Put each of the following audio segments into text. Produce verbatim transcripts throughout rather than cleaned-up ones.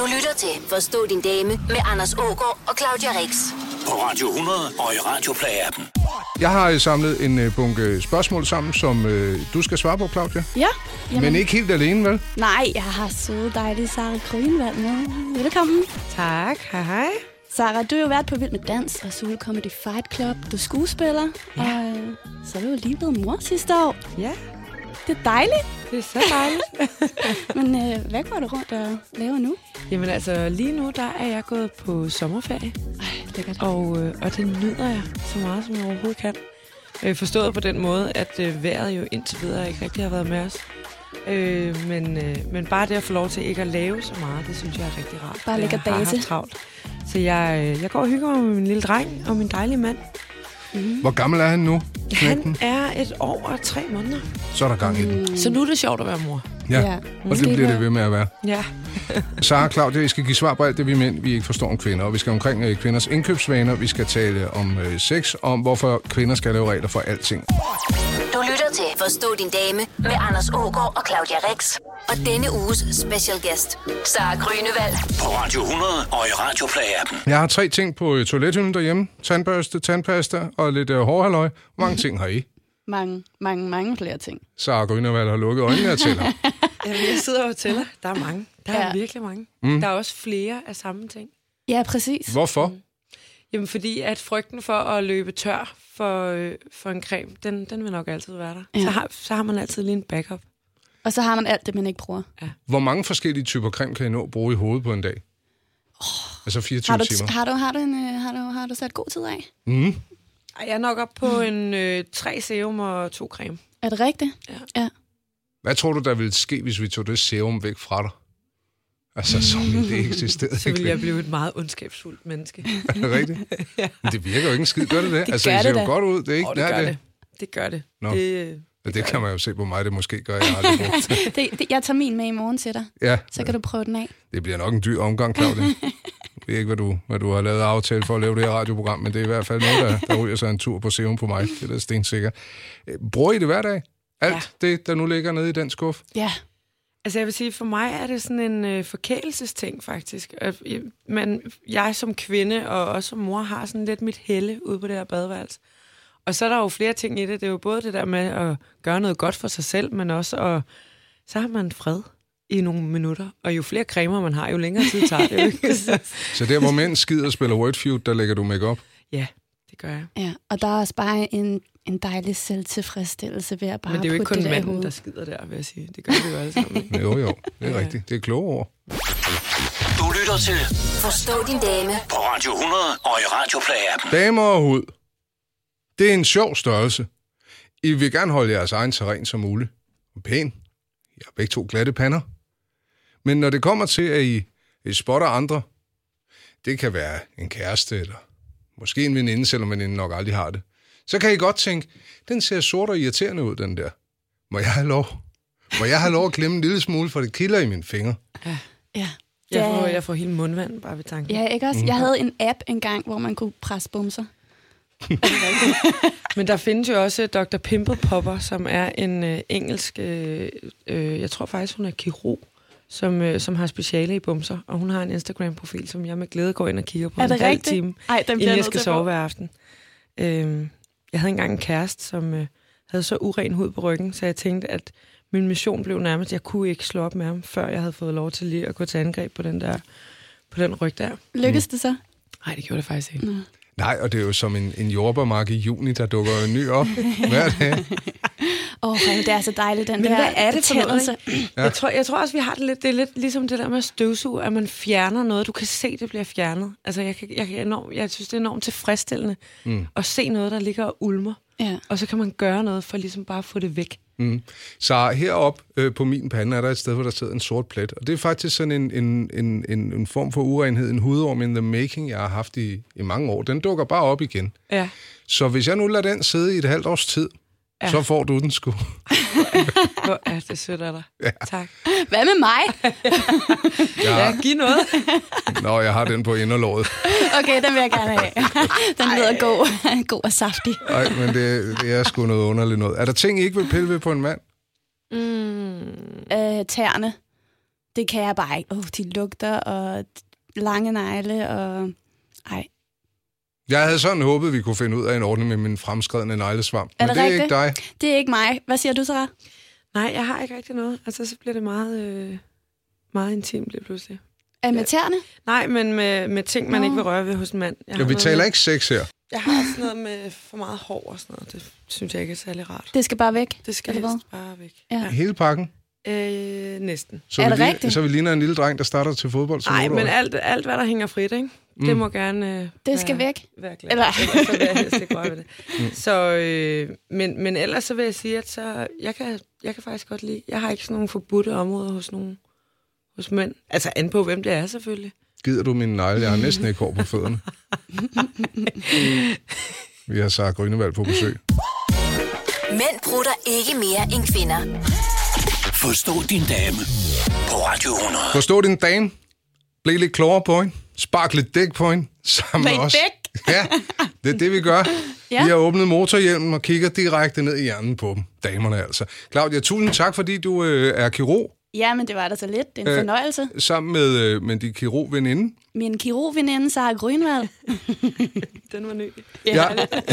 Du lytter til Forstå din dame med Anders Aagaard og Claudia Rix. På Radio hundrede og i Radioplay-appen. Jeg har samlet en uh, bunke spørgsmål sammen, som uh, du skal svare på, Claudia. Ja. Jamen. Men ikke helt alene, vel? Nej, jeg har så dejlig Sara Grønvald med. Velkommen. Tak, hej hej. Sara, du har jo været på Vild med Dans og Seoul Comedy Fight Club. Du er skuespiller, ja. Og øh, så er du jo lige blevet mor sidste år. Ja. Det er dejligt. Det er så dejligt. Men øh, hvad går du rundt og laver nu? Jamen altså, lige nu der er jeg gået på sommerferie. Ej, lækkert. Og, øh, og det nyder jeg så meget, som jeg overhovedet kan. Øh, forstået på den måde, at øh, vejret jo indtil videre ikke rigtig har været med os. Øh, men, øh, men bare det at få lov til ikke at lave så meget, det synes jeg er rigtig rart. Bare ligge og Jeg har base. haft travlt. Så jeg, øh, jeg går og hygger mig med min lille dreng og min dejlige mand. Mm. Hvor gammel er han nu? Han er et år og tre måneder. Så er der gang i den. Mm. Så nu er det sjovt at være mor. Ja, ja. Og det bliver det ved med at være. Ja. Sara, Claudia, vi skal give svar på alt det, vi mænd, vi ikke forstår om kvinder. Og vi skal omkring øh, kvinders indkøbsvaner. Vi skal tale om øh, sex, om hvorfor kvinder skal lave regler for alting. Du lytter til Forstå din dame med Anders Aagaard og Claudia Rix. Og denne uges special guest, Sara Grønvald. På Radio hundrede og i Radioplay-appen. Jeg har tre ting på øh, toilethylden derhjemme. Tandbørste, tandpasta og lidt øh, hårhalløj. Hvor mange ting har I? Mange, mange, mange flere ting. Sara Grønvald har lukket øjnene og tæller. Jamen, jeg sidder og tæller. Der er mange. Der er Ja. virkelig mange. Mm. Der er også flere af samme ting. Ja, præcis. Hvorfor? Mm. Jamen, fordi at frygten for at løbe tør for, øh, for en creme, den, den vil nok altid være der. Ja. Så, har, så har man altid lige en backup. Og så har man alt det, man ikke bruger. Ja. Hvor mange forskellige typer creme kan I nå at bruge i hovedet på en dag? Oh. Altså fireogtyve Har du, timer. har, du, har, du en, øh, har, du, har du sat god tid af? Mm. Ej, jeg er nok op på en øh, tre serum og to creme. Er det rigtigt? Ja. Ja. Hvad tror du, der ville ske, hvis vi tog det serum væk fra dig? Altså, som i det eksisterede. Så vil jeg blive et meget ondskabsfuldt menneske. Er det rigtigt? Ja. Men det virker jo ikke en skid, gør det det? Det altså, gør det ser det jo da. godt ud. Det, er ikke, Oh, det nej, gør det. det. Det gør det. Nå. Det, Ja, det, det kan man jo se på mig, det måske gør jeg aldrig brugt. det, det, jeg tager min med i morgen til dig. Ja. Så kan du prøve den af. Det bliver nok en dyr omgang, Claudia. Jeg ved ikke, hvad du, hvad du har lavet aftale for at lave det her radioprogram, men det er i hvert fald noget, der, der ryger sig en tur på serum på mig. Det er da stensikkert. Bruger I det hver dag? Alt ja. det, der nu ligger nede i den skuf? Ja. Altså jeg vil sige, for mig er det sådan en øh, forkælelsesting faktisk. Men jeg som kvinde og også som mor har sådan lidt mit helle ude på det her badeværelse. Og så er der jo flere ting i det. Det er jo både det der med at gøre noget godt for sig selv, men også at så har man fred i nogle minutter. Og jo flere cremer man har, jo længere tid tager det jo ikke. Så der, hvor mænd skider og spiller Wordfeud, der lægger du make-up? Ja, det gør jeg. Ja, og der er også bare en, en dejlig selvtilfredsstillelse ved at bare men det er jo ikke putte kun det der i manden, der hovedet. skider der, vil jeg sige. Det gør det jo alle sammen. Ikke? Jo, jo. Det er Ja. rigtigt. Det er kloge ord. Du lytter til Forstå din dame. på Radio hundrede og i Radioplay-appen. Damer og hud. Det er en sjov størrelse. I vil gerne holde jeres egen så ren som muligt. Og pæn. I har begge to glatte pander. Men når det kommer til, at I, I spotter andre, det kan være en kæreste, eller måske en veninde, selvom veninden nok aldrig har det, så kan I godt tænke, den ser sort og irriterende ud, den der. Må jeg have lov? Må jeg have lov at klemme en lille smule, for det kilder i mine fingre? Ja. Ja. Jeg får, jeg får hele mundvand bare ved tanken. Ja, ikke også? Jeg havde en app engang, hvor man kunne presse bumser. Men der findes jo også doktor Pimple Popper, som er en øh, engelsk, øh, øh, jeg tror faktisk, hun er kirurg, som, øh, som har speciale i bumser. Og hun har en Instagram-profil, som jeg med glæde går ind og kigger på Er en det halv rigtigt? time, Ej, den bliver inden jeg nødt skal til at sove få. hver aften. Øh, jeg havde engang en kæreste, som øh, havde så uren hud på ryggen, så jeg tænkte, at min mission blev nærmest, at jeg kunne ikke slå op med ham, før jeg havde fået lov til lige at gå til angreb på den der, på den ryg der. Lykkes det så? Nej, det gjorde det faktisk ikke. Nå. Nej, og det er jo som en, en jordbærmark i juni, der dukker en ny op hver dag. Åh, oh, det er så dejligt, den Men der hvad er det for noget, betændelse. Ja. Jeg, tror, jeg tror også, vi har det lidt, det er lidt ligesom det der med støvsuge, at man fjerner noget. Du kan se, det bliver fjernet. Altså, jeg, kan, jeg, kan enormt, jeg synes, det er enormt tilfredsstillende mm. at se noget, der ligger og ulmer. Ja. Og så kan man gøre noget for ligesom bare at få det væk. Mm. Så heroppe øh, på min pande er der et sted, hvor der sidder en sort plet. Og det er faktisk sådan en, en, en, en, en form for urenhed, en hudorm in the making, jeg har haft i, i mange år. Den dukker bare op igen. Ja. Så hvis jeg nu lader den sidde i et halvt års tid, ja. så får du den sgu. Hvor er det sødt af dig. Ja. Tak. Hvad med mig? Ja. Ja, giv noget. Nå, jeg har den på inderlåret. Okay, den vil jeg gerne have. Den lyder god, god og saftig. Nej, men det, det er sgu noget underligt noget. Er der ting, I ikke vil pille ved på en mand? Mm. Øh, tæerne. det kan jeg bare ikke. Åh, oh, de lugter, og lange negle, og... Ej. Jeg havde sådan håbet, at vi kunne finde ud af en ordning med min fremskredne neglesvamp. Er Men det, det er rigtigt? ikke dig. Det er ikke mig. Hvad siger du, Sarah? Nej, jeg har ikke rigtig noget. Altså, så bliver det meget, øh, meget intimt lige pludselig. Er med tæerne? Nej, men med, med ting, man Nå. ikke vil røre ved hos en mand. Jeg Ja, har vi noget taler med, ikke sex her. Jeg har sådan noget med for meget hår og sådan noget. Det synes jeg ikke er særlig rart. Det skal bare væk? Det skal eller helst bare væk. Ja. Hele pakken. Øh, næsten. Så Er vi det lige, rigtigt? Så vi ligner en lille dreng, der starter til fodbold som Nej, otteårig. men alt, alt, hvad der hænger frit, ikke? Mm. Det må gerne øh, Det skal være, væk? være glad. Eller- Eller... Så vil jeg helst ikke røre ved det. Mm. Så, øh, men, men ellers så vil jeg sige, at så, jeg, kan, jeg kan faktisk godt lide... Jeg har ikke sådan nogle forbudte områder hos nogen hos mænd. Altså an på, hvem det er selvfølgelig. Gider du min negle? Jeg har næsten ikke hår på fødderne. Vi har Sarah Grønevald på besøg. Mænd prutter ikke mere end kvinder. Forstå din dame på Radio hundrede. Forstå din dame. Bliv lidt klogere på hende. Spark lidt dæk på hende. Sammen Lidt med os. dæk? Ja, det er det, vi gør. Ja. Vi har åbnet motorhjelmen og kigger direkte ned i hjernen på dem. Damerne altså. Claudia, tusind tak, fordi du øh, er kirurg. Ja, men det var da så lidt. Det er en Øh. fornøjelse. Sammen med, øh, med din kirurgveninde. Min kirurgveninde, Sarah Grønvald. Den var ny. Ja.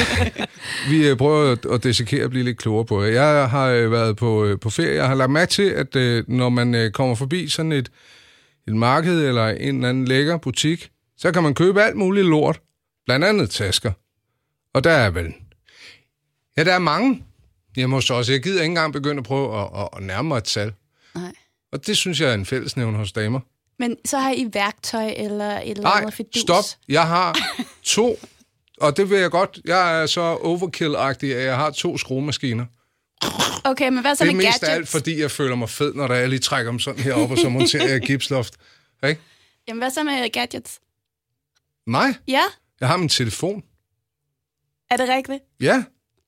Vi øh, prøver at, at dissekere og blive lidt klogere på det. Jeg har øh, været på, øh, på ferie. Jeg har lagt mærke til, at øh, når man øh, kommer forbi sådan et, et marked eller en eller anden lækker butik, så kan man købe alt muligt lort. Blandt andet tasker. Og der er vel... Ja, der er mange. Jeg må så også. Jeg gider ikke engang begynde at prøve at, at, at nærme mig et salg. Nej. Og det synes jeg er en fællesnævn hos damer. Men så har I værktøj eller et eller Nej, andet fidus? stop. Jeg har to, og det vil jeg godt. Jeg er så overkill-agtig, at jeg har to skruemaskiner. Okay, men hvad så Det er med mest af gadgets? alt, fordi jeg føler mig fed, når der jeg lige trækker dem sådan her op, og så monterer jeg gipsloft. Ikke? Jamen, hvad så med gadgets? Nej, Ja, jeg har min telefon. er det rigtigt? Ja,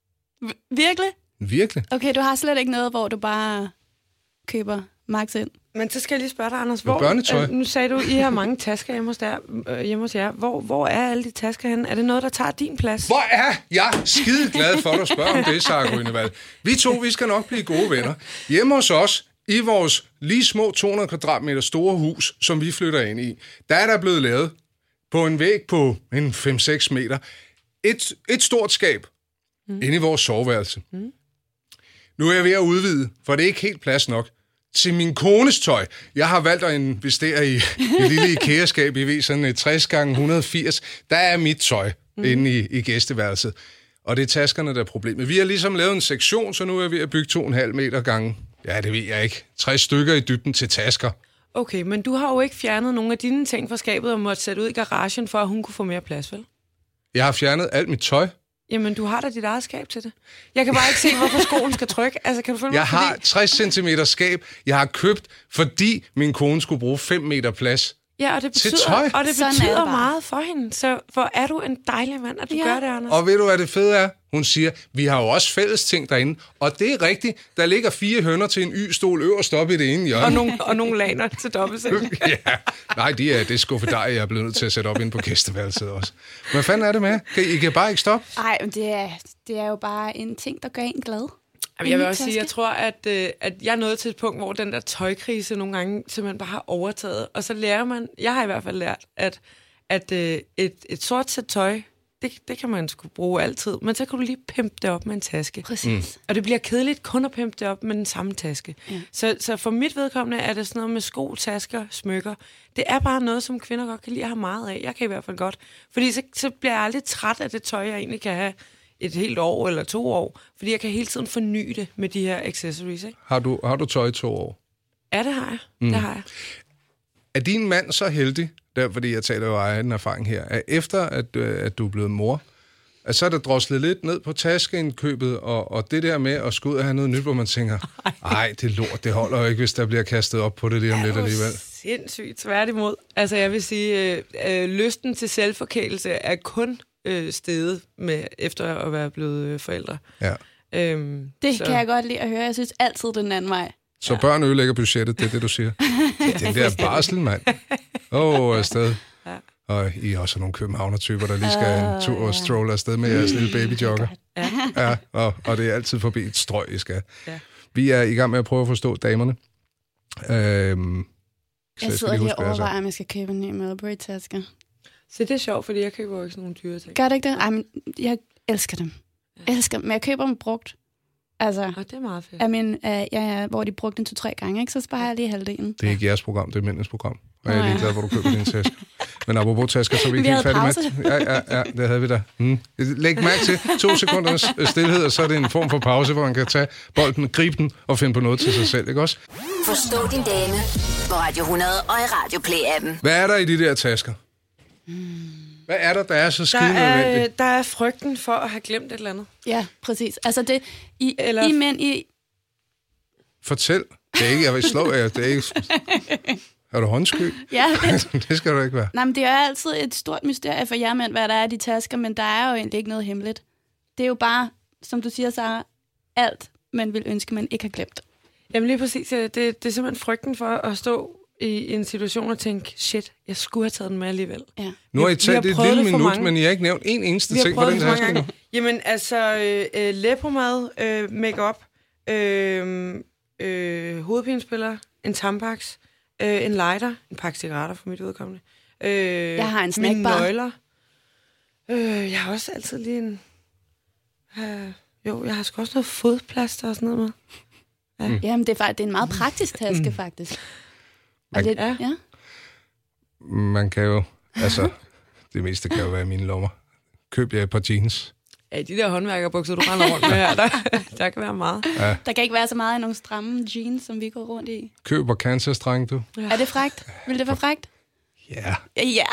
V- virkelig? virkelig. Okay, du har slet ikke noget, hvor du bare køber max ind. Men så skal jeg lige spørge dig, Anders. Med Hvor, børnetøj. øh, nu sagde du, I har mange tasker hjemme hos, der, øh, hjemme hos jer. Hvor, hvor er alle de tasker henne? Er det noget, der tager din plads? Hvor er jeg skide glad for, at du spørger om det, Sarah Grønevald. Vi to, vi skal nok blive gode venner. Hjemme hos os, i vores lige små to hundrede kvadratmeter store hus, som vi flytter ind i, der er der blevet lavet på en væg på en fem seks meter et, et stort skab mm. inde i vores soveværelse. Mm. Nu er jeg ved at udvide, for det er ikke helt plads nok til min kones tøj. Jeg har valgt at investere i et lille IKEA-skab, I ved, sådan et tres gange et hundrede og firs. Der er mit tøj mm. inde i, i gæsteværelset. Og det er taskerne, der er problemet. Vi har ligesom lavet en sektion, så nu er jeg ved at bygge to komma fem meter gange. Ja, det ved jeg ikke. tres stykker i dybden til tasker. Okay, men du har jo ikke fjernet nogle af dine ting fra skabet og måtte sætte ud i garagen, for at hun kunne få mere plads, vel? Jeg har fjernet alt mit tøj. Jamen, du har da dit eget skab til det. Jeg kan bare ikke se, hvorfor skoen skal trykke. Altså, kan du følge mig? Jeg har Fordi... tres centimeter skab, jeg har købt, fordi min kone skulle bruge fem meter plads. Ja, og det til betyder, tøj. og det Sådan er det betyder bare. meget for hende. Så hvor er du en dejlig mand, at du Ja. gør det, Anders. Og ved du, hvad det fede er? Hun siger, vi har jo også fælles ting derinde. Og det er rigtigt. Der ligger fire høner til en y-stol øverst op i det ene hjørne. Og nogle, og nogle laner til dobbeltseng. Ja, nej, de er, det er skuffedej, jeg er blevet nødt til at sætte op ind på gæsteværelset også. Hvad fanden er det med? Kan, I kan bare ikke stoppe? Nej, men det er, det er jo bare en ting, der gør en glad. Jamen, jeg vil også sige, jeg tror, at, øh, at jeg er nået til et punkt, hvor den der tøjkrise nogle gange simpelthen bare har overtaget. Og så lærer man, jeg har i hvert fald lært, at, at øh, et, et sort sæt tøj, det, det kan man sgu bruge altid. Men så kan du lige pimpe det op med en taske. Præcis. Mm. Og det bliver kedeligt kun at pimpe det op med den samme taske. Ja. Så, så for mit vedkommende er det sådan noget med sko, tasker, smykker. Det er bare noget, som kvinder godt kan lide at have meget af. Jeg kan i hvert fald godt. Fordi så, så bliver jeg aldrig træt af det tøj, jeg egentlig kan have et helt år eller to år. Fordi jeg kan hele tiden forny det med de her accessories, ikke? Har du, har du tøj i to år? Ja, det har jeg. Mm. Det har jeg. Er din mand så heldig, der, fordi jeg taler jo af en erfaring her, at efter at, øh, at du er blevet mor, at så er der droslet lidt ned på taskeindkøbet, og, og det der med at skulle ud og have noget nyt, hvor man tænker, ej, det er lort, det holder jo ikke, hvis der bliver kastet op på det lige om lidt alligevel. Sindssygt tværtimod. Altså, jeg vil sige, øh, øh, lysten til selvforkælelse er kun øh, steget med, efter at være blevet øh, forældre. Ja. Øhm, Det så. kan jeg godt lide at høre. Jeg synes altid, det er den anden vej. Så børn ødelægger budgettet, det er det, du siger. Den der barsel, mand. Åh, oh, afsted. Ja. Og I er også nogle københavner-typer, der lige skal en tur og strolle afsted med jeres lille babyjogger. Ja. Ja, og, og det er altid forbi et strøg, I skal. Ja. Vi er i gang med at prøve at forstå damerne. Øhm, Så Jeg skal sidder lige lige huske, og hvad jeg overvejer, om jeg skal købe en ny Mulberry-taske. Så det er sjovt, fordi jeg køber jo ikke sådan nogle dyre ting. Gør det ikke det? Ej, men jeg elsker dem. Jeg elsker dem, men jeg køber dem brugt. Altså, Og det er meget fedt. af min, af, ja, ja, hvor de brugte den to-tre gange, ikke? Så sparer jeg lige halvdelen. Det er ikke jeres program, det er mændenes program. Og jeg er Nå, lige ja. glad, hvor du køber dine tasker. Men apropos tasker, så er vi ikke Vi helt havde færdige med. Ja, ja, ja, det havde vi da. Mm. Læg mærke til to sekunders stillhed, og så er det en form for pause, hvor man kan tage bolden, gribe den og finde på noget til sig selv, ikke også? Forstå din dame på Radio hundrede og i Radio Play-appen. Hvad er der i de der tasker? Hvad er der, der er så Der skide er, nødvendigt? der er frygten for at have glemt et eller andet. Ja, præcis. Altså, det, I, Eller- I mænd, I... Fortæl. Det er ikke, jeg vil slå jer. Det er ikke... Er du håndsky? Ja, det, Det skal du ikke være. nej, men det er altid et stort mysterie for jer mænd, hvad der er i de tasker, men der er jo egentlig ikke noget hemmeligt. Det er jo bare, som du siger, Sarah, alt, man vil ønske, man ikke har glemt. Jamen lige præcis. Det, det er simpelthen frygten for at stå i en situation og tænke, shit, jeg skulle have taget den med alligevel. Ja. Nu har I Vi- vi taget har det et prøvet lille det for minut, mange. men I har ikke nævnt en eneste Vi har ting på prøvet den det så mange taske. gange. Jamen altså, øh, øh, læbromad, øh, make-up, øh, øh, hovedpinespiller, en tampax, øh, en lighter, en pakke cigaretter for mit udkommende. Øh, Jeg har en mine snackbar. nøgler. Øh, jeg har også altid lige en... Øh, jo, jeg har sgu også noget fodplaster og sådan noget med. Mm. Jamen, det er, faktisk, det er en meget praktisk taske, faktisk. Og det, Ja. ja. Man kan jo... Altså, det meste kan jo være i mine lommer. Køb jer et par jeans. Ja, de der håndværkerbukser, du render rundt med her, der, der kan være meget. Der kan ikke være så meget af nogle stramme jeans, som vi går rundt i. Køb og cancerstreng, du. Ja. Er det frækt? Vil det være frækt? Ja, Ja.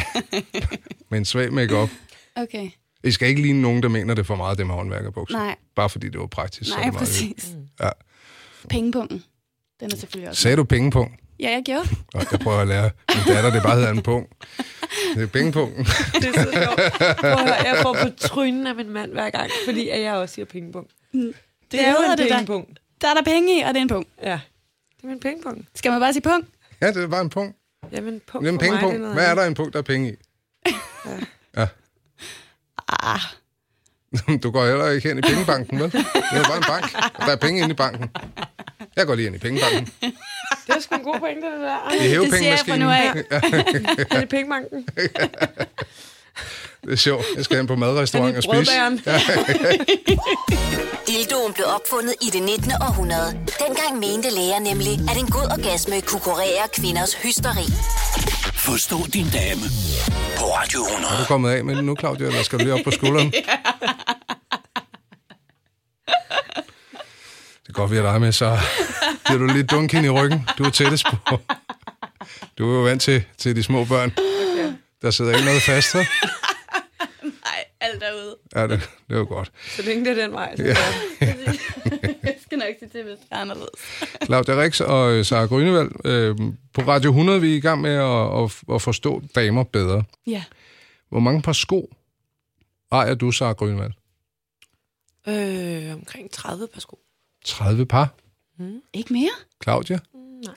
med en svag make-up. Okay. I skal ikke ligne nogen, der mener det for meget, det med håndværkerbukser. Nej. Bare fordi det var praktisk. så er Nej, det meget præcis. Ja. Pengepunkten. Den er selvfølgelig også... Sagde du pengepunkt? Ja, jeg gjorde. Og jeg prøver at lære min datter, det bare hedder en punkt. Det er pengepunkten. Det er så sjovt. Prøv at høre, jeg får på trynen af min mand hver gang, fordi at jeg også siger pengepunkt. Det, Det er jo hedder en det der. pengepunkt. Der er der penge i, og det er en punkt. Ja, det er min pengepunkt. Skal man bare sige punkt? Ja, det er bare en punkt. Jamen, punkt Det er en for mig, pengepunkt. det noget Hvad er andet. der en punkt, der er penge i? Ja. Ah, Du går heller ikke hen i pengebanken, vel? Det er bare en bank, og der er penge inde i banken. Jeg går lige ind i pengebanken. Det er sgu en god pointe, det der. I det siger jeg fra nu af. Er det pengebanken? Det er sjovt. Jeg skal hen på Er madrestaurant og det spise. brødbæren? Dildoen blev opfundet i det nittende århundrede. Dengang mente læger nemlig, at en god orgasme kunne kurere kvinders hysteri. Forstå din dame på Radio hundrede. Er du kommet af med den nu, Claudia, eller skal du lige op på skulderen? Det er godt, vi har dig med, så bliver du lidt dunken i ryggen. Du er tættest på. Du er jo vant til, til de små børn. Okay. Der sidder ikke noget fast, her. nej, alt derude. Ja, det, det er jo godt. Så længe det er den vej. Så Ja. ja. Jeg skal nok sige til, hvis det er anderledes. Claudia Rix og øh, Sarah Grønevald. Øh, på Radio hundrede vi er i gang med at, at, at forstå damer bedre. Ja. Hvor mange par sko ejer du, Sarah Grønevald? Øh, omkring tredive par sko. tredive par. Ikke mere? Claudia? Nej.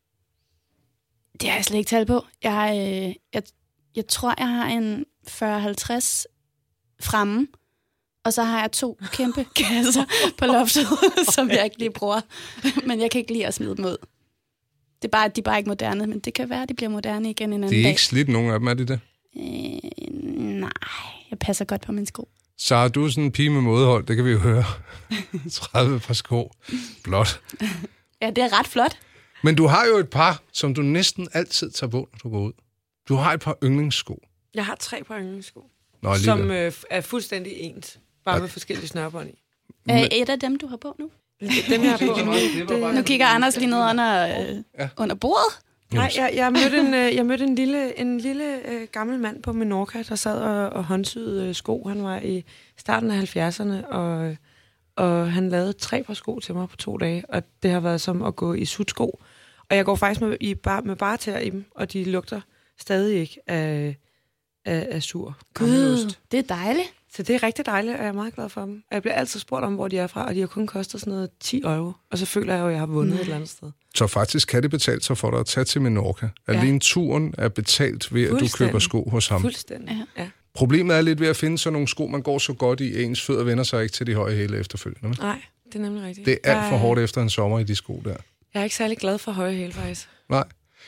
Det har jeg slet ikke talt på. Jeg, øh, jeg, jeg tror, jeg har en fyrre halvtreds fremme, og så har jeg to kæmpe kasser på loftet, som jeg ikke lige bruger. Men jeg kan ikke lide at smide dem ud. Det er bare, at de er bare ikke moderne, men det kan være, at de bliver moderne igen en anden De er dag. ikke slidt, nogen af dem, er de det? Øh, nej, jeg passer godt på mine sko. Sarah, du er sådan en pige med mådehold, det kan vi jo høre. tredive par sko. Blot. Ja, det er ret flot. Men du har jo et par, som du næsten altid tager på, når du går ud. Du har et par yndlingssko. Jeg har tre par yndlingssko, Nå, som alligevel. øh, er fuldstændig ens. Bare med forskellige snørbånd i. Er et af dem, du har på nu? Dem, jeg har på. Nu kigger Anders lige ned under, øh, Ja. under bordet. Nej, jeg, jeg mødte, en, øh, jeg mødte en lille, en lille øh, gammel mand på Menorca, der sad og, og håndsyede øh, sko. Han var i starten af halvfjerdserne, og, og han lavede tre par sko til mig på to dage. Og det har været som at gå i sutsko. Og jeg går faktisk med, i bar, med bare tæer i dem, og de lugter stadig ikke af, af, af sur gammelost. Gud, det er dejligt. Så det er rigtig dejligt, og jeg er meget glad for dem. Og jeg bliver altid spurgt om, hvor de er fra, og de har kun kostet sådan noget ti euro. Og så føler jeg jo, at jeg har vundet mm. et eller andet sted. Så faktisk kan det betale sig for dig at tage til Menorca. Ja. Alene turen er betalt ved, at du Fuldstændig. køber sko hos ham. Fuldstændig, ja. ja. Problemet er lidt ved at finde sådan nogle sko, man går så godt i, ens fødder vender sig ikke til de høje hæle efterfølgende. vel? Nej, det er nemlig rigtigt. Det er alt for Jeg- hårdt efter en sommer i de sko der. Jeg er ikke særlig glad for høje hæle, faktisk. Nej.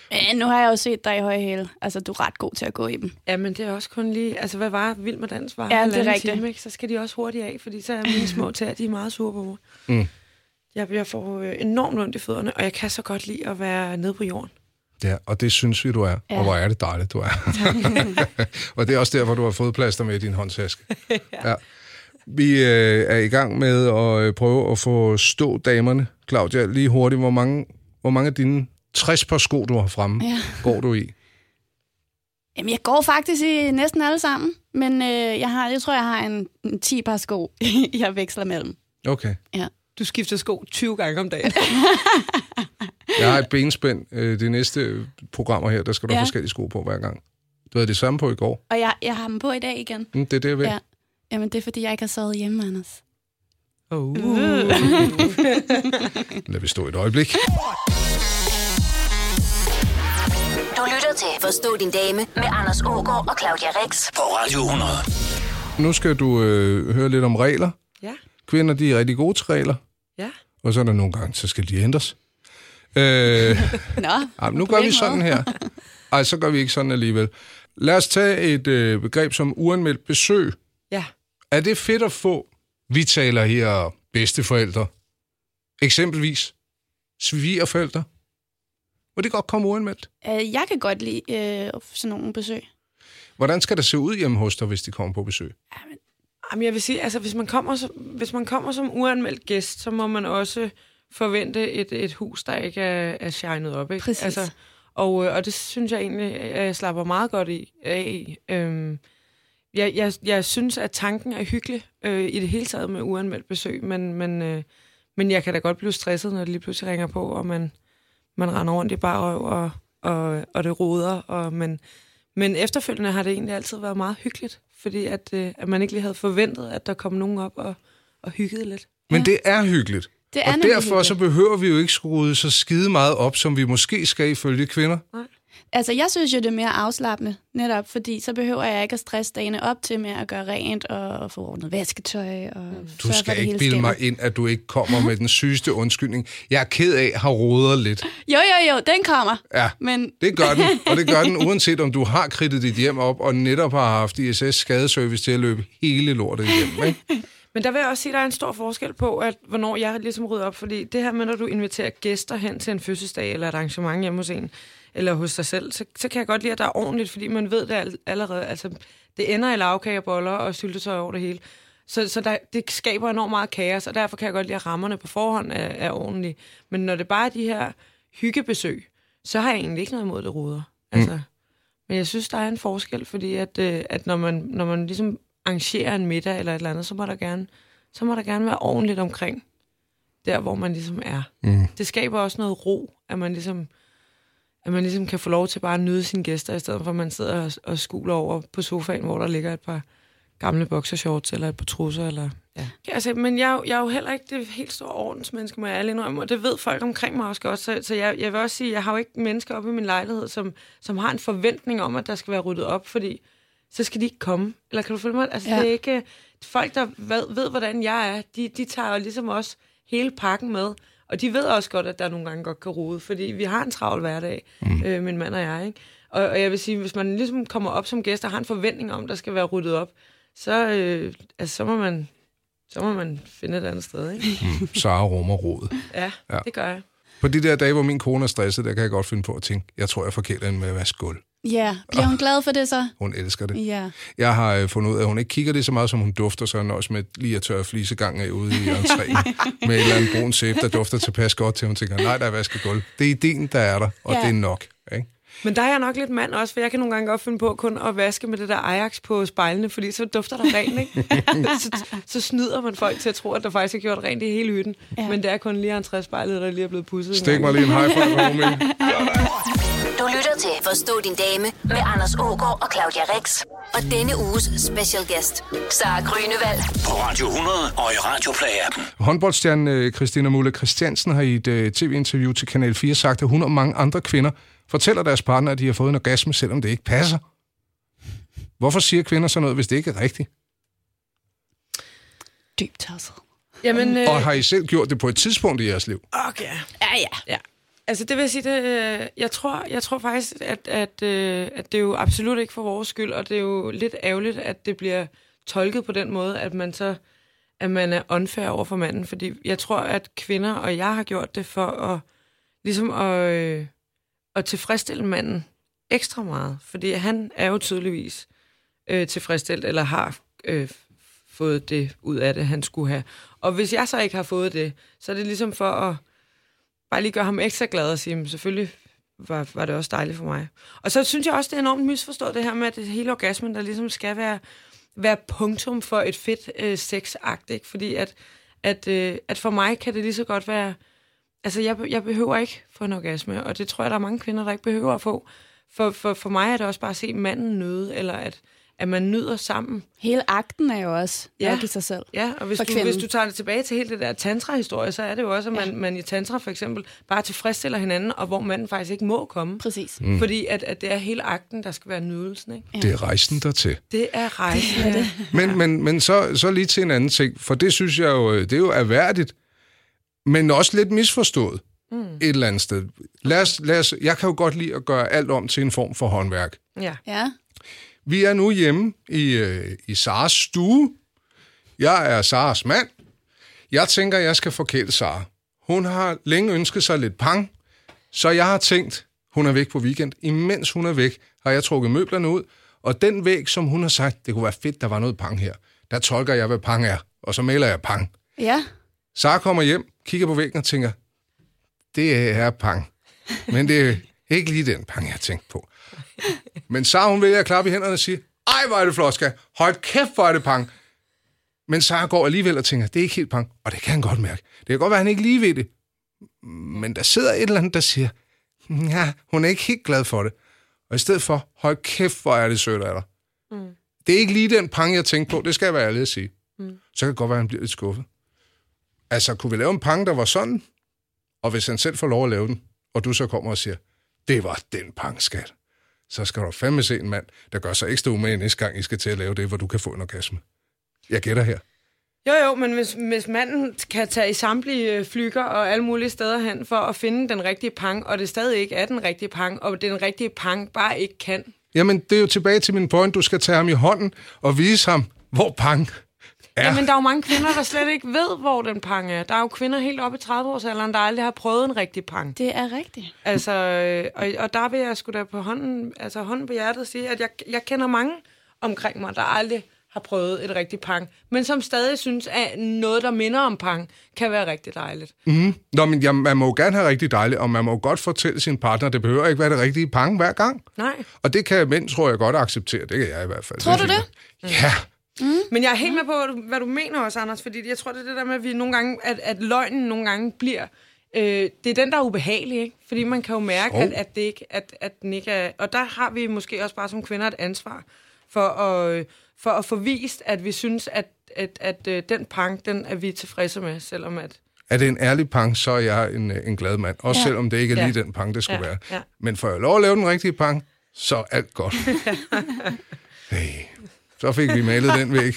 Men nu har jeg jo set dig i høje hæle. Altså, du er ret god til at gå i dem. Ja, men det er også kun lige... Altså, hvad var Vild med Dans? Var Ja, det er rigtigt. Time, ikke? Så skal de også hurtigt af, fordi så er mine små tæer, de er meget sure på mig. Mm. Jeg, jeg får øh, enormt ondt i fødderne, og jeg kan så godt lide at være nede på jorden. Ja, og det synes vi, du er. Ja. Og hvor er det dejligt, du er. Og det er også derfor, du har fået plaster med i din håndtaske. Ja. Ja. Vi øh, er i gang med at øh, prøve at få stå damerne. Claudia, lige hurtigt, hvor mange, hvor mange af dine tres par sko, du har fremme, ja. går du i? Jamen, jeg går faktisk i næsten alle sammen, men øh, jeg, har, jeg tror, jeg har en, en ti par sko, jeg veksler mellem. Okay. Ja. Du skifter sko tyve gange om dagen. Jeg har et benspænd. Øh, de næste programmer her, der skal du ja. have forskellige sko på hver gang. Du havde det samme på i går. Og jeg, jeg har dem på i dag igen. Mm, det er det, jeg ved. Ja. Jamen, det er, fordi jeg ikke har sovet hjemme, Anders. Oh. Uh. Lad vi stå et øjeblik. Du lytter til Forstå din dame med Anders Aagaard og Claudia Rex på Radio hundrede. Nu skal du øh, høre lidt om regler. Ja. Kvinder, de er rigtig gode til regler. Ja. Og så er der nogle gange, så skal de ændres. Øh, Nå, ja, nu gør vi sådan her. Ej, så gør vi ikke sådan alligevel. Lad os tage et øh, begreb som uanmeldt besøg. Ja. Er det fedt at få? Vi taler her bedsteforældre. Eksempelvis svigerforældre. Må det godt komme uanmeldt? jeg kan godt lide øh, sådan nogle besøg. Hvordan skal det se ud hjemme hos dig, hvis de kommer på besøg? Jamen, Jamen, jeg vil sige, altså, hvis man kommer som, hvis man kommer som uanmeldt gæst, så må man også forvente et, et hus, der ikke er, er shined op, ikke? Præcis. Altså, og, og det synes jeg egentlig, at jeg slapper meget godt i, af. Øhm, jeg, jeg, jeg synes, at tanken er hyggelig øh, i det hele taget med uanmeldt besøg, men, men, øh, men jeg kan da godt blive stresset, når det lige pludselig ringer på, og man, man render rundt i bare røv, og, og, og det roder. Og, men, men efterfølgende har det egentlig altid været meget hyggeligt, fordi at, øh, at man ikke lige havde forventet, at der kom nogen op og, og hyggede lidt. Men Ja. det er hyggeligt. det er Og nemlig derfor så hyggeligt. behøver vi jo ikke skrue så skide meget op, som vi måske skal ifølge kvinder. Altså, jeg synes jo, det er mere afslappende, netop, fordi så behøver jeg ikke at stresse dagene op til med at gøre rent og få ordnet vasketøj. Og Du skal ikke bilde mig ind, at du ikke kommer med den sygeste undskyldning. Jeg er ked af at have rodet lidt. Jo, jo, jo, den kommer. Ja, Men det gør den. Og det gør den, uanset om du har kridtet dit hjem op, og netop har haft I S S skadeservice til at løbe hele lortet hjem, ikke? Men der vil jeg også sige, at der er en stor forskel på, at hvornår jeg ligesom rydder op. Fordi det her med, når du inviterer gæster hen til en fødselsdag eller et arrangement hjemme hos en, eller hos dig selv, så, så kan jeg godt lide, at der er ordentligt, fordi man ved det allerede. Altså, det ender i lavkageboller og syltetøj over det hele. Så, så der, det skaber enormt meget kaos, og derfor kan jeg godt lide, at rammerne på forhånd er, er ordentlige. Men når det bare er de her hyggebesøg, så har jeg egentlig ikke noget imod det ruder. Altså, mm. Men jeg synes, der er en forskel, fordi at, at når, man, når man ligesom arrangerer en middag eller et eller andet, så må der gerne, så må der gerne være ordentligt omkring der, hvor man ligesom er. Mm. Det skaber også noget ro, at man ligesom at man ligesom kan få lov til bare at nyde sine gæster, i stedet for at man sidder og, og skuler over på sofaen, hvor der ligger et par gamle boxershorts eller et par trusser. Eller, ja. Ja, altså, men jeg, jeg er jo heller ikke det helt store ordensmenneske, må jeg ærlig indrømme, og det ved folk omkring mig også godt. Så, så jeg, jeg vil også sige, at jeg har jo ikke mennesker oppe i min lejlighed, som, som har en forventning om, at der skal være ryddet op, fordi så skal de ikke komme. Eller kan du følge mig? Altså, ja. Det er ikke folk, der ved, ved, hvordan jeg er. De, de tager jo ligesom også hele pakken med. Og de ved også godt, at der nogle gange godt kan rode, fordi vi har en travl hverdag, mm. øh, min mand og jeg, ikke? Og, og jeg vil sige, hvis man ligesom kommer op som gæst og har en forventning om, at der skal være ryddet op, så, øh, altså, så, må, man, så må man finde et andet sted, ikke? Mm. Sara rummer rod. Ja, ja, det gør jeg. På de der dage, hvor min kone er stresset, der kan jeg godt finde på at tænke, jeg tror, jeg forkæler hende med at vaske gulv. ja, bliver hun glad for det så? Hun elsker det. Ja. Jeg har øh, fundet ud af, at hun ikke kigger det så meget, som hun dufter, så han også med lige at tørre flisegang af ude i entréen med et eller andet brun sæbe, der dufter tilpas godt til, hun tænker, nej, der er vasket gulv. Det er ideen, der er der, og Ja. det er nok. Ikke? Men der er jeg nok lidt mand også, for jeg kan nogle gange godt finde på kun at vaske med det der Ajax på spejlene, fordi så dufter der rent, ikke? så, så snyder man folk til at tro, at der faktisk er gjort rent i hele hytten. Ja. Men det er kun lige entréspejlet, der lige er blevet pudset. Stik mig lige en high five, homie. Du lytter til Forstå din dame med Anders Aagaard og Claudia Rex. Og denne uges special guest, Sara Grønevald. På Radio hundrede og i Radioplay-appen. Håndboldstjernen Christina Mulle Christiansen har i et uh, tv-interview til Kanal fire sagt, at hun og mange andre kvinder fortæller deres partner, at de har fået en orgasme, selvom det ikke passer. Hvorfor siger kvinder sådan noget, hvis det ikke er rigtigt? Dybt tosset. Jamen, øh... Og har I selv gjort det på et tidspunkt i jeres liv? Okay. Ja, ja. Ja. Altså det vil jeg sige, det, jeg, tror, jeg tror faktisk, at, at, at det er jo absolut ikke for vores skyld, og det er jo lidt ærgerligt, at det bliver tolket på den måde, at man så at man er unfair over for manden. Fordi jeg tror, at kvinder, og jeg har gjort det for at, ligesom at, at tilfredsstille manden ekstra meget. Fordi han er jo tydeligvis øh, tilfredsstillet, eller har øh, fået det ud af det, han skulle have. Og hvis jeg så ikke har fået det, så er det ligesom for at bare lige gøre ham ekstra glad og sige, selvfølgelig var, var det også dejligt for mig. Og så synes jeg også, det er enormt misforstået det her med, at det hele orgasmen, der ligesom skal være, være punktum for et fedt øh, sexakt, ikke? Fordi at, at, øh, at for mig kan det lige så godt være, altså jeg, jeg behøver ikke få en orgasme, og det tror jeg, der er mange kvinder, der ikke behøver at få. For, for, for mig er det også bare at se manden nyde, eller at at man nyder sammen. Hele akten er jo også ja. nok i sig selv. Ja, og hvis du, hvis du tager det tilbage til hele det der tantra-historie, så er det jo også, at man, ja. man i tantra for eksempel bare tilfredsstiller hinanden, og hvor manden faktisk ikke må komme. Præcis. Mm. Fordi at, at det er hele akten, der skal være nydelsen. Ikke? Ja. Det er rejsen dertil. Det er rejsen. Det er det. Men, men, men så, så lige til en anden ting, for det synes jeg jo, det er jo erhverdigt, men også lidt misforstået mm. et eller andet sted. Lad os, lad os, jeg kan jo godt lide at gøre alt om til en form for håndværk. Ja. Ja. Vi er nu hjemme i, øh, i Saras stue. Jeg er Saras mand. Jeg tænker, jeg skal forkæle Sara. Hun har længe ønsket sig lidt pang, så jeg har tænkt, hun er væk på weekend. Imens hun er væk, har jeg trukket møblerne ud, og den væg, som hun har sagt, det kunne være fedt, der var noget pang her. Der tolker jeg, hvad pang er, og så maler jeg pang. Ja. Sara kommer hjem, kigger på væggen og tænker, det er pang. Men det er ikke lige den pang, jeg har tænkt på. Men Sara, hun vælger at klappe i hænderne og sige, ej, hvor er det flot, skal. Hold kæft, hvor er det pang. Men Sara går alligevel og tænker, det er ikke helt pang. Og det kan han godt mærke. Det kan godt være, han ikke lige ved det. Men der sidder et eller andet, der siger, ja, hun er ikke helt glad for det. Og i stedet for, hold kæft, hvor er det sødt af dig. Mm. Det er ikke lige den pang, jeg tænkte på. Det skal jeg være ærlig at sige. Mm. Så kan det godt være, at han bliver lidt skuffet. Altså, kunne vi lave en pang, der var sådan? Og hvis han selv får lov at lave den, og du så kommer og siger, det var den pang, skat. Så skal du fandme se en mand, der gør sig ekstra umage næste gang, I skal til at lave det, hvor du kan få en orgasme. Jeg gætter her. Jo, jo, men hvis, hvis manden kan tage i samtlige flyger og alle mulige steder hen for at finde den rigtige pang, og det stadig ikke er den rigtige pang, og den rigtige pang bare ikke kan. Jamen, det er jo tilbage til min point. Du skal tage ham i hånden og vise ham, hvor pang er. Jamen, der er jo mange kvinder, der slet ikke ved, hvor den pang er. Der er jo kvinder helt oppe i tredive-årsalderen, der aldrig har prøvet en rigtig pang. Det er rigtigt. Altså, og, og der vil jeg sgu da på hånden, altså hånden på hjertet sige, at jeg, jeg kender mange omkring mig, der aldrig har prøvet et rigtig pang, men som stadig synes, at noget, der minder om pang, kan være rigtig dejligt. Mm-hmm. Nå, men ja, man må jo gerne have rigtig dejligt, og man må godt fortælle sin partner, det behøver ikke være det rigtige pang hver gang. Nej. Og det kan mænd, tror jeg, godt acceptere. Det kan jeg i hvert fald. Tror du det? Ja. Mm. Men jeg er helt med på, hvad du mener også, Anders, fordi jeg tror, det er det der med, at vi nogle gange, at, at løgnen nogle gange bliver, øh, det er den, der er ubehagelig, ikke? Fordi man kan jo mærke, oh. at, at, det ikke, at, at den ikke er, og der har vi måske også bare som kvinder et ansvar for at, for at få vist, at vi synes, at, at, at, at den pang, den er vi tilfredse med, selvom at... Er det en ærlig pang, så er jeg en, en glad mand. Også ja. selvom det ikke er lige ja. den pang, det skulle ja. være. Ja. Men får jeg lov at lave den rigtige pang, så er alt godt. Hey. Så fik vi malet den væk.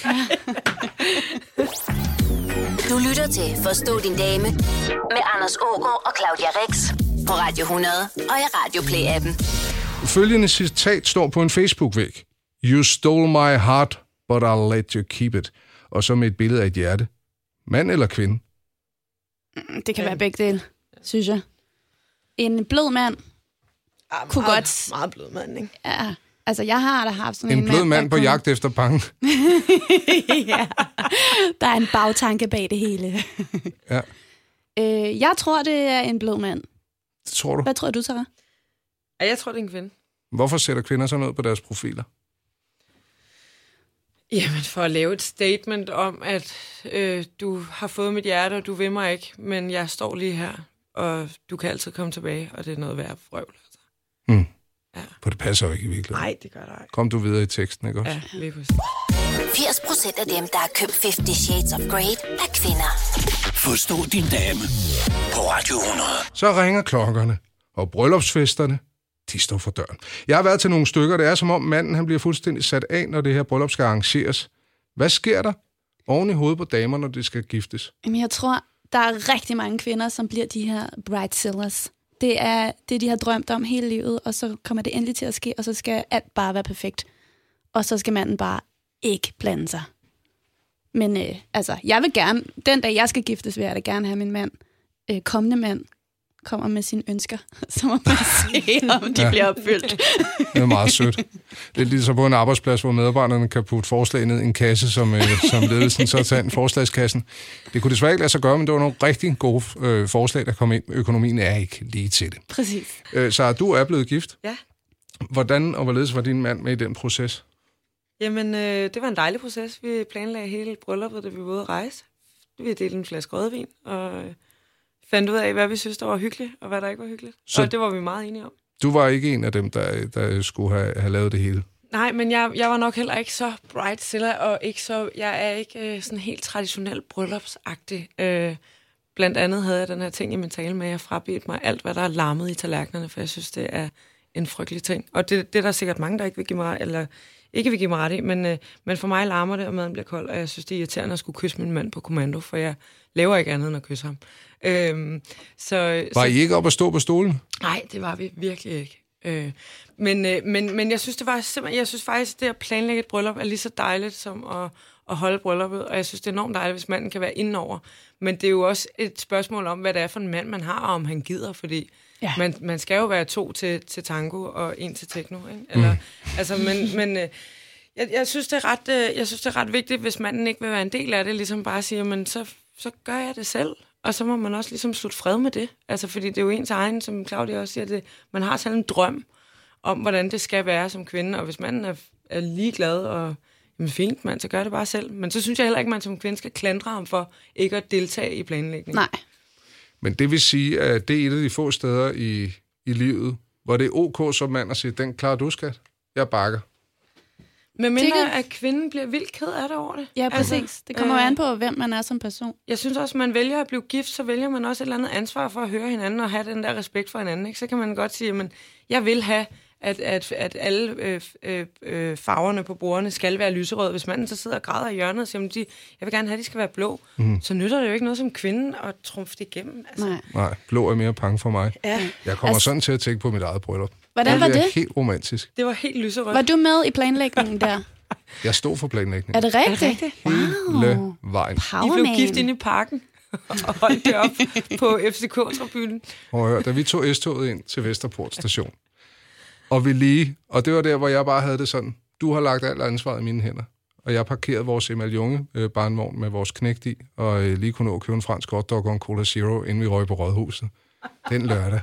Du lytter til Forstå din dame med Anders Aagaard og Claudia Rex på Radio hundrede og i Radio Play-appen. Følgende citat står på en Facebook-væg. You stole my heart, but I'll let you keep it. Og så med et billede af et hjerte. Mand eller kvinde? Det kan være begge dele, synes jeg. En blød mand ja, kunne meget, godt... Meget blød mand, ikke? Ja, altså jeg har da haft sådan en... En blød mand, mand på kunne... jagt efter pang. Ja, der er en bagtanke bag det hele. Ja. Øh, jeg tror, det er en blød mand. Det tror du? Hvad tror du, Sarah? Ja, jeg tror, det er en kvinde. Hvorfor sætter kvinder sådan noget på deres profiler? Jamen, for at lave et statement om, at øh, du har fået mit hjerte, og du vil mig ikke, men jeg står lige her, og du kan altid komme tilbage, og det er noget værd frøvl. Altså. Mm. Ja. For det passer jo ikke i virkeligheden. Nej, det gør det ikke. Kom du videre i teksten, ikke også? Ja, lige præcis. firs procent af dem, der har købt Fifty Shades of Grey, er kvinder. Forstå din dame på Radio hundrede. Så ringer klokkerne, og bryllupsfesterne, de står for døren. Jeg har været til nogle stykker, det er som om manden han bliver fuldstændig sat af, når det her bryllup skal arrangeres. Hvad sker der oven i hovedet på damer, når det skal giftes? Jamen, jeg tror, der er rigtig mange kvinder, som bliver de her bridezillas. det er det, de har drømt om hele livet, og så kommer det endelig til at ske, og så skal alt bare være perfekt. Og så skal manden bare ikke blande sig. Men øh, altså, jeg vil gerne, den dag jeg skal giftes, vil jeg da gerne have min mand, øh, kommende mand, kommer med sine ønsker, så må man se, om de ja. bliver opfyldt. Det er meget sødt. Det er ligesom på en arbejdsplads, hvor medarbejderne kan putte forslag ned i en kasse, som, øh, som ledelsen så tager ind forslagskassen. Det kunne desværre ikke lade sig gøre, men det var nogle rigtig gode øh, forslag, der kom ind. Økonomien er ikke lige til det. Præcis. Øh, så du er blevet gift. Ja. Hvordan og hvorledes var din mand med i den proces? Jamen, øh, det var en dejlig proces. Vi planlagde hele brylluppet, da vi var ude at rejse. Vi delte en flaske rødvin, og fandt ud af, hvad vi synes, der var hyggeligt, og hvad der ikke var hyggeligt. Så og det var vi meget enige om. Du var ikke en af dem, der, der skulle have, have lavet det hele? Nej, men jeg, jeg var nok heller ikke så bridezilla, og ikke så, jeg er ikke øh, sådan helt traditionel bryllupsagtig. Øh, blandt andet havde jeg den her ting i min tale med, at jeg frabedte mig alt, hvad der er larmet i tallerkenerne, for jeg synes, det er en frygtelig ting. Og det, det er der sikkert mange, der ikke vil give mig, eller ikke vil give mig ret i, men, øh, men for mig larmer det, og maden bliver kold, og jeg synes, det er irriterende at skulle kysse min mand på kommando, for jeg laver ikke andet end at kysse ham. Øhm, så, var så, I ikke op at stå på stolen? Nej, det var vi virkelig ikke. Øh, men, øh, men, men jeg synes, det var simpelthen, jeg synes faktisk, det at planlægge et bryllup er lige så dejligt som at, at holde brylluppet, og jeg synes, det er enormt dejligt, hvis manden kan være indenover. Men det er jo også et spørgsmål om, hvad det er for en mand, man har, og om han gider, fordi ja. man, man skal jo være to til, til tango og en til techno, ikke? Eller, mm. altså, men, men øh, jeg, jeg, synes, det er ret, øh, jeg synes, det er ret vigtigt, hvis manden ikke vil være en del af det, ligesom bare siger, men så, så gør jeg det selv. Og så må man også ligesom slutte fred med det. Altså, fordi det er jo ens egen, som Claudia også siger, det, man har selv en drøm om, hvordan det skal være som kvinde. Og hvis manden er, er ligeglad og jamen, fint, man, så gør det bare selv. Men så synes jeg heller ikke, at man som kvinde skal klandre ham for ikke at deltage i planlægningen. Nej. Men det vil sige, at det er et af de få steder i, i livet, hvor det er ok som mand at sige, den klarer du, skat. Jeg bakker. Men mindre, at kvinden bliver vildt ked af det over det. Ja, præcis. Altså, det kommer jo øh, an på, hvem man er som person. Jeg synes også, at man vælger at blive gift, så vælger man også et eller andet ansvar for at høre hinanden og have den der respekt for hinanden. Ikke? Så kan man godt sige, at jeg vil have, at, at, at alle øh, øh, øh, farverne på bordene skal være lyserøde. Hvis manden så sidder og græder i hjørnet og siger, at de, jeg vil gerne have, at de skal være blå, mm. så nytter det jo ikke noget som kvinde at trumfe det igennem. Altså. Nej. Nej, blå er mere pang for mig. Ja. Jeg kommer altså, sådan til at tænke på mit eget bryllup. Hvordan var det? Det er helt romantisk. Det var helt lyserødt. Var du med i planlægningen der? Jeg stod for planlægningen. Er det rigtigt? Er det rigtigt? Hele wow. vejen. I blev gift inde i parken og holdt det op på F C K-tribunen. Og hør, da vi tog S-toget ind til Vesterport station, og vi lige, og det var der, hvor jeg bare havde det sådan, du har lagt alt ansvaret i mine hænder, og jeg parkerede vores Emil Junge øh, barnvogn med vores knægt i, og øh, lige kunne nå at købe en fransk hotdog og en Cola Zero, inden vi røg på Rådhuset. Den lørdag.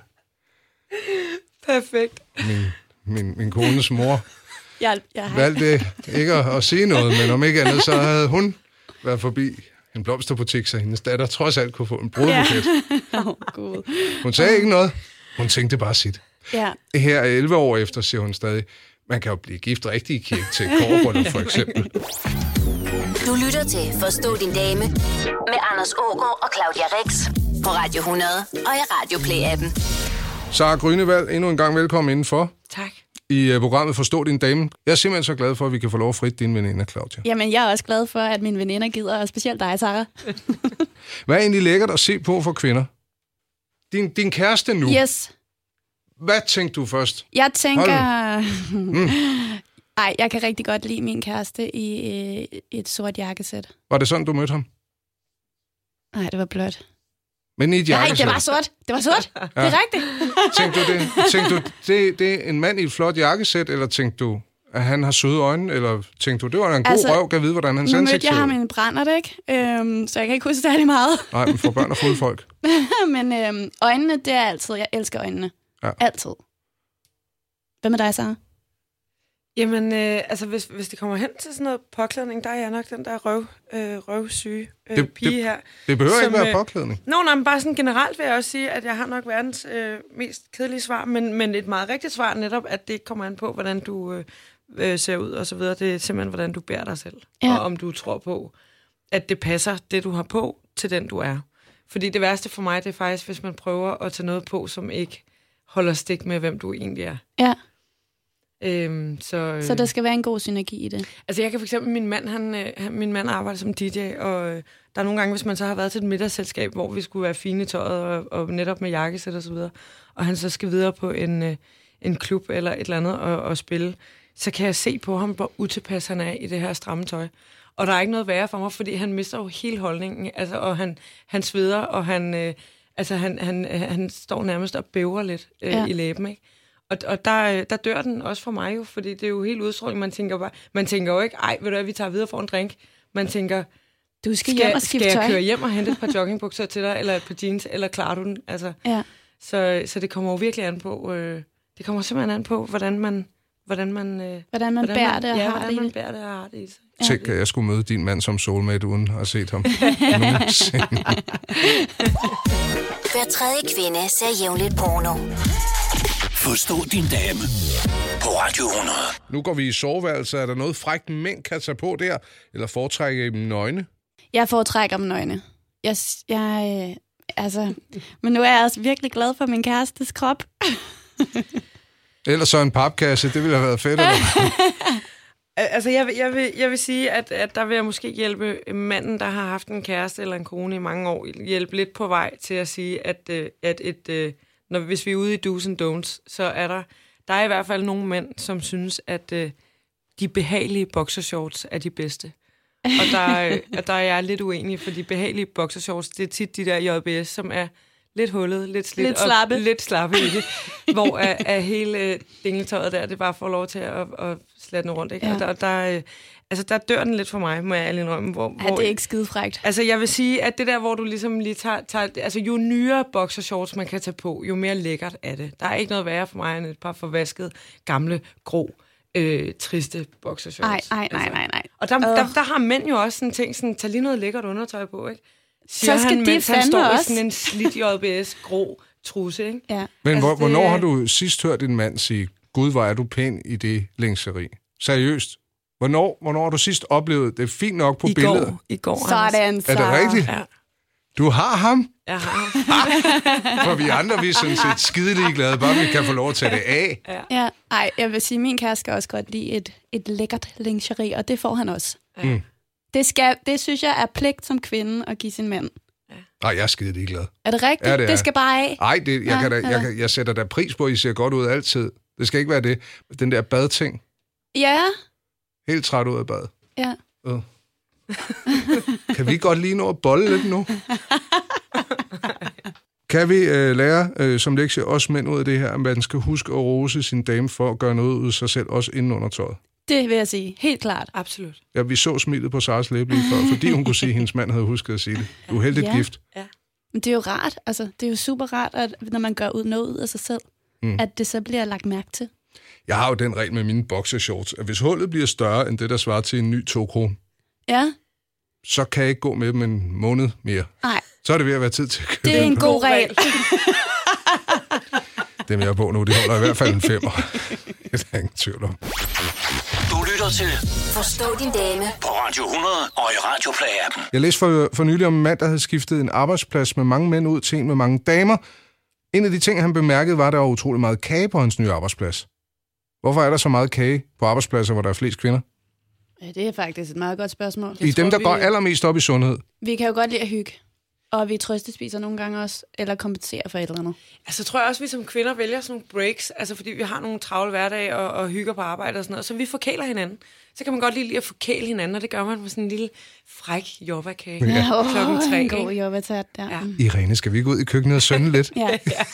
Perfekt. Min, min, min kones mor Jeg, jeg valgte ikke at, at sige noget, men om ikke andet, så havde hun været forbi en blomsterbutik, så hendes datter trods alt kunne få en brudbuket. Ja. Oh, God. Hun sagde ikke noget. Hun tænkte bare sit. Ja. Her elleve år efter, siger hun stadig, man kan jo blive gift rigtig i kirke til kobberbryllup, for eksempel. Du lytter til Forstå din dame med Anders Aagaard og Claudia Rex på Radio hundrede og i Radio Play-appen. Sara Grünewald, endnu en gang velkommen indenfor. Tak. I uh, programmet Forstå din dame. Jeg er simpelthen så glad for, at vi kan få lov at frit dine veninder, Claudia. Jamen, jeg er også glad for, at mine veninder gider, og specielt dig, Sara. Hvad er egentlig lækkert at se på for kvinder? Din, din kæreste nu. Yes. Hvad tænkte du først? Jeg tænker... mm. Ej, jeg kan rigtig godt lide min kæreste i øh, et sort jakkesæt. Var det sådan, du mødte ham? Nej, det var blåt. Men i et Nej, jakkesæt? det var sort. Det var sort. Ja. Det er rigtigt. Tænkte du, det, tænkte du det, det er en mand i et flot jakkesæt, eller tænkte du, at han har søde øjne, eller tænkte du, det var en god altså, røv, kan vide, hvordan hans ansigt ser ud? Nu mødte jeg ham i en brændert, ikke? Øhm, så jeg kan ikke huske særlig meget. Nej, men for børn og fulde folk. Men øhm, øjnene, det er altid. Jeg elsker øjnene. Ja. Altid. Hvad med dig, Sara? Jamen, øh, altså, hvis, hvis det kommer hen til sådan noget påklædning, der er jeg nok den der røv, øh, røvsyge øh, det, pige det, her. Det behøver som, ikke være påklædning. Nå, nej, men bare sådan generelt vil jeg også sige, at jeg har nok verdens øh, mest kedelige svar, men, men et meget rigtigt svar netop, at det ikke kommer an på, hvordan du øh, øh, ser ud og så videre. Det er simpelthen, hvordan du bærer dig selv. Ja. Og om du tror på, at det passer, det du har på, til den du er. Fordi det værste for mig, det er faktisk, hvis man prøver at tage noget på, som ikke holder stik med, hvem du egentlig er. Ja. Øhm, så, øh, Så der skal være en god synergi i det? Altså jeg kan for eksempel, min mand, han, han, min mand arbejder som D J, og øh, der er nogle gange, hvis man så har været til et middagsselskab, hvor vi skulle være fine i tøjet, og, og netop med jakkesæt og så videre, og han så skal videre på en, øh, en klub eller et eller andet og, og spille, så kan jeg se på ham, hvor utilpas han er i det her stramme tøj. Og der er ikke noget værre for mig, fordi han mister jo hele holdningen, altså, og han, han sveder, og han, øh, altså, han, han, han står nærmest og bæver lidt øh, ja. i læben, ikke? Og, og der, der dør den også for mig jo, fordi det er jo helt udstråling. Man tænker bare, man tænker jo ikke, ej, ved du hvad, vi tager videre for en drink. Man tænker, du skal, skal hjem og skifte tøj. Skal jeg køre hjem og hente et par joggingbukser til dig, eller et par jeans, eller klarer du den? Altså, ja. så, så det kommer jo virkelig an på, øh, det kommer simpelthen an på, hvordan man, hvordan man, øh, hvordan man hvordan bærer man, det og ja, har det i man det. bærer det og har det i sig. Ja. Tænk, at jeg skulle møde din mand som soulmate, uden at have set ham nogensinde. Hver tredje kvinde ser jævnligt porno. Forstå din dame på Radio hundrede. Nu går vi i soveværelse. Er der noget frækt mænd kan tage på der? Eller foretrækker I dem nøgne? Jeg foretrækker dem nøgne. Jeg, jeg, øh, altså, men nu er jeg også virkelig glad for min kærestes krop. Ellers så en papkasse, det ville have været fedt. Altså, jeg vil, jeg, vil, jeg vil sige, at, at der vil jeg måske hjælpe manden, der har haft en kæreste eller en kone i mange år, hjælpe lidt på vej til at sige, at, at et, når, hvis vi er ude i do's and don'ts, så er der, der er i hvert fald nogle mænd, som synes, at de behagelige boxershorts er de bedste. Og der, og der er jeg lidt uenig, for de behagelige boxershorts, det er tit de der J B S, som er lidt hullet, lidt slidt lidt slappe. og lidt slappe i det, hvor er, er hele dingeltøjet der, det bare får lov til at, at slætte den rundt, ikke? Ja. Og der, der, altså, der dør den lidt for mig, må jeg ærlig indrømme. Hvor, ja, det er ikke skidefrækt. Altså, jeg vil sige, at det der, hvor du ligesom lige tager, tager altså, jo nyere boxershorts man kan tage på, jo mere lækkert er det. Der er ikke noget værre for mig end et par forvaskede, gamle, grå, øh, triste boxershorts. Nej, nej, nej, nej, nej. Og der, uh. der, der, der har mænd jo også sådan ting, sådan, tag lige noget lækkert undertøj på, ikke? Siger så skal han, de mens han står også. i sådan en slidt J B S grå trusse, ikke? Ja. Men altså, hvor, det... hvornår har du sidst hørt din mand sige, Gud, hvor er du pæn i det lingerie? Seriøst. Hvornår, hvornår har du sidst oplevet, det er fint nok på I billedet? Går, I går. Sådan, så. Er det rigtigt? Ja. Du har ham? Jeg har ham. For vi andre, vi er sådan set skidelig glade, bare vi kan få lov at tage det af. Ja. Ja, ej, jeg vil sige, min kæreste skal også godt lide et, et lækkert lingerie, og det får han også. Ja. Mm. Det, skal, det synes jeg er pligt som kvinde at give sin mand. Nej, jeg er skidelig glad. Er det rigtigt? Ja, det, er. det skal bare af. Nej, det, jeg, ja, kan da, ja. jeg, kan, jeg sætter da pris på, at I ser godt ud altid. Det skal ikke være det. Den der badting. Ja. Helt træt ud af bad. Ja. Øh. Kan vi godt lige nå at bolle lidt nu? Kan vi øh, lære øh, som lektie også mænd ud af det her, at man skal huske at rose sin dame for at gøre noget ud af sig selv, også inden under tøjet? Det vil jeg sige. Helt klart. Absolut. Ja, vi så smilet på Saras læbe lige før, fordi hun kunne sige, at hendes mand havde husket at sige det. Du er heldigt ja. gift. Ja. Men det er jo rart. Altså, det er jo super rart, at når man gør ud noget ud af sig selv, mm. at det så bliver lagt mærke til. Jeg har jo den regel med mine boxershorts, at hvis hullet bliver større end det, der svarer til en ny to kron, ja. så kan jeg ikke gå med dem en måned mere. Nej. Så er det ved at være tid til at købe. Det er en god regel. Dem, jeg er på nu, de holder i hvert fald en femmer. Det er ingen tvivl om. Du lytter til Forstå din dame på Radio hundrede og i Radioplay-appen. Jeg læste for, for nylig om en mand, der havde skiftet en arbejdsplads med mange mænd ud til en med mange damer. En af de ting, han bemærkede, var, at der var utrolig meget kage på hans nye arbejdsplads. Hvorfor er der så meget kage på arbejdspladser, hvor der er flest kvinder? Ja, det er faktisk et meget godt spørgsmål. I dem, der vi... går allermest op i sundhed. Vi kan jo godt lide at hygge. Og vi trøstespiser nogle gange også, eller kompenserer for et eller andet. Altså, tror jeg også, at vi som kvinder vælger sådan nogle breaks, altså fordi vi har nogle travle hverdage og, og hygger på arbejde og sådan noget, så vi forkæler hinanden. Så kan man godt lide at forkæle hinanden, og det gør man med sådan en lille fræk jordbærkage Ja. Ja, klokken tre. en god jordbærtat der. Ja. Irene, skal vi ikke ud i køkkenet og sønde lidt? Ja.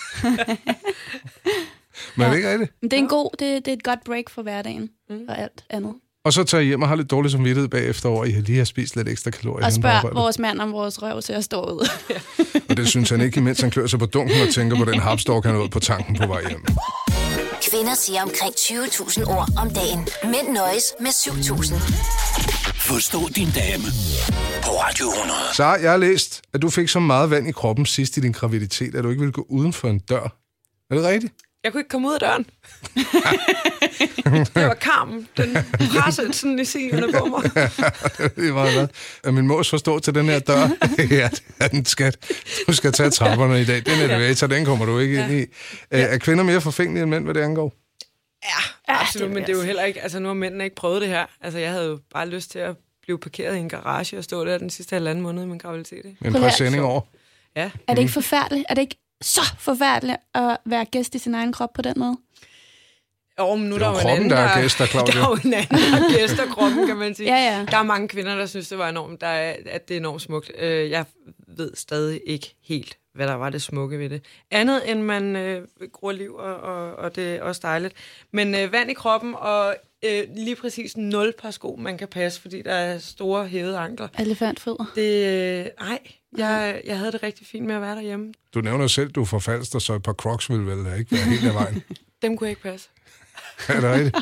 Men er det ikke rigtigt? Men det er en god, det, det er et godt break for hverdagen mm. og alt andet. Og så tager I hjem og har lidt dårlig samvittighed bagefter over, at I lige har spist lidt ekstra kalorier. Og henne på spørg arbejdet. vores mand om vores røv ser stå ud. Og det synes han ikke, imens han klør sig på dunken og tænker på den hapstork, han er ude på tanken på vej hjem. Kvinder siger omkring tyve tusind ord om dagen. Mænd nøjes med syv tusind. Forstå din dame på Radio hundrede. Så jeg har læst, at du fik så meget vand i kroppen sidst i din graviditet, at du ikke ville gå uden for en dør. Er det rigtigt? Jeg kunne ikke komme ud af døren. Det var karmen. Den pressede sådan i silerne på mig. Det var hvad? Er min mås forstå til den her dør? Ja, det er den, skat. Du skal tage trapperne i dag. Den elevator, den kommer du ikke ind i. Er kvinder mere forfængelige end mænd, hvad det angår? Ja, absolut, det men det er jo heller ikke... Altså, nu har mændene ikke prøvet det her. Altså, jeg havde jo bare lyst til at blive parkeret i en garage og stå der den sidste halvanden måned i min graviditet. Ikke? En præsending over. Ja. Er det ikke forfærdeligt? Er det ikke så forfærdeligt at være gæst i sin egen krop på den måde? Jo, men nu Det er der jo jo en kroppen, anden, der er gæster, Claudia. Der er jo en anden, der er gæster kroppen, kan man sige. Ja, ja. Der er mange kvinder, der synes, det var enormt, der er, at det er enormt smukt. Øh, Jeg ved stadig ikke helt, hvad der var det smukke ved det. Andet end man øh, gror liv, og, og, og det er også dejligt. Men øh, vand i kroppen, og øh, lige præcis nul par sko, man kan passe, fordi der er store hævede ankler. Elefantfødder. Det, øh, ej, jeg, jeg havde det rigtig fint med at være derhjemme. Du nævner selv, du er fra Falster, så et par Crocs vil vel ikke være helt af vejen. Dem kunne jeg ikke passe. Er det rigtigt?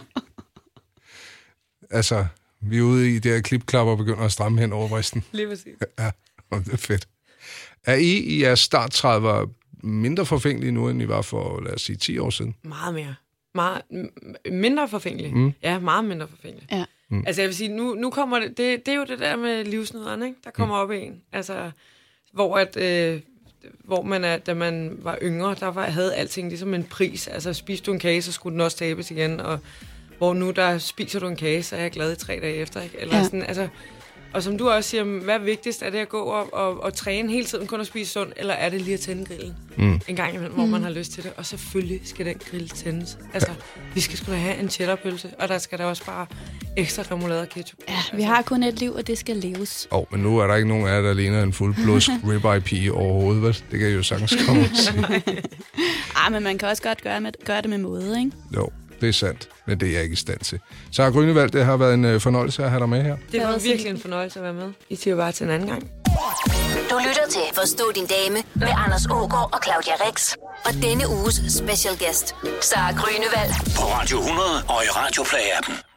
Altså, vi er ude i det her klipklapper og begynder at stramme hen over vristen. Lige præcis. Ja, det er fedt. Er I i jeres start trediver mindre forfængelige nu, end I var for, lad os sige, ti år siden? Meget mere. Meget m- mindre forfængelig. Mm. Ja, meget mindre forfængelig. Ja. Mm. Altså jeg vil sige, nu, nu kommer det, det, det er jo det der med livsnyderen, ikke? Der kommer mm. op i en. Altså, hvor at, øh, hvor man er, da man var yngre, der var, havde alting ligesom en pris. Altså spiste du en kage, så skulle den også tabes igen, og hvor nu der spiser du en kage, så er jeg glad i tre dage efter, ikke? Eller ja. sådan, altså... Og som du også siger, hvad er vigtigst? Er det at gå og, og, og træne hele tiden, kun at spise sundt, eller er det lige at tænde grillen mm. en gang imellem, hvor mm. man har lyst til det? Og selvfølgelig skal den grill tændes. Altså, ja. vi skal sgu da have en cheddarpølse, og der skal der også bare ekstra remoulade og ketchup. Ja, vi har kun et liv, og det skal leves. Åh, oh, men nu er der ikke nogen af jer, der ligner en fuldblodsk ribeye pige overhovedet, vel? Det kan I jo sagtens komme og sige. Ej, men man kan også godt gøre, med, gøre det med måde, ikke? Jo, det er sandt, men det er jeg ikke i stand til. Sara Grünewald, det har været en øh, fornøjelse at have dig med her. Det var virkelig en fornøjelse at være med. I siger bare til en anden gang. Du lytter til Forstå din dame med Anders Aagaard og Claudia Rex. Og denne uges special guest, Sara Grünewald. På Radio hundrede og i Radioplay-appen.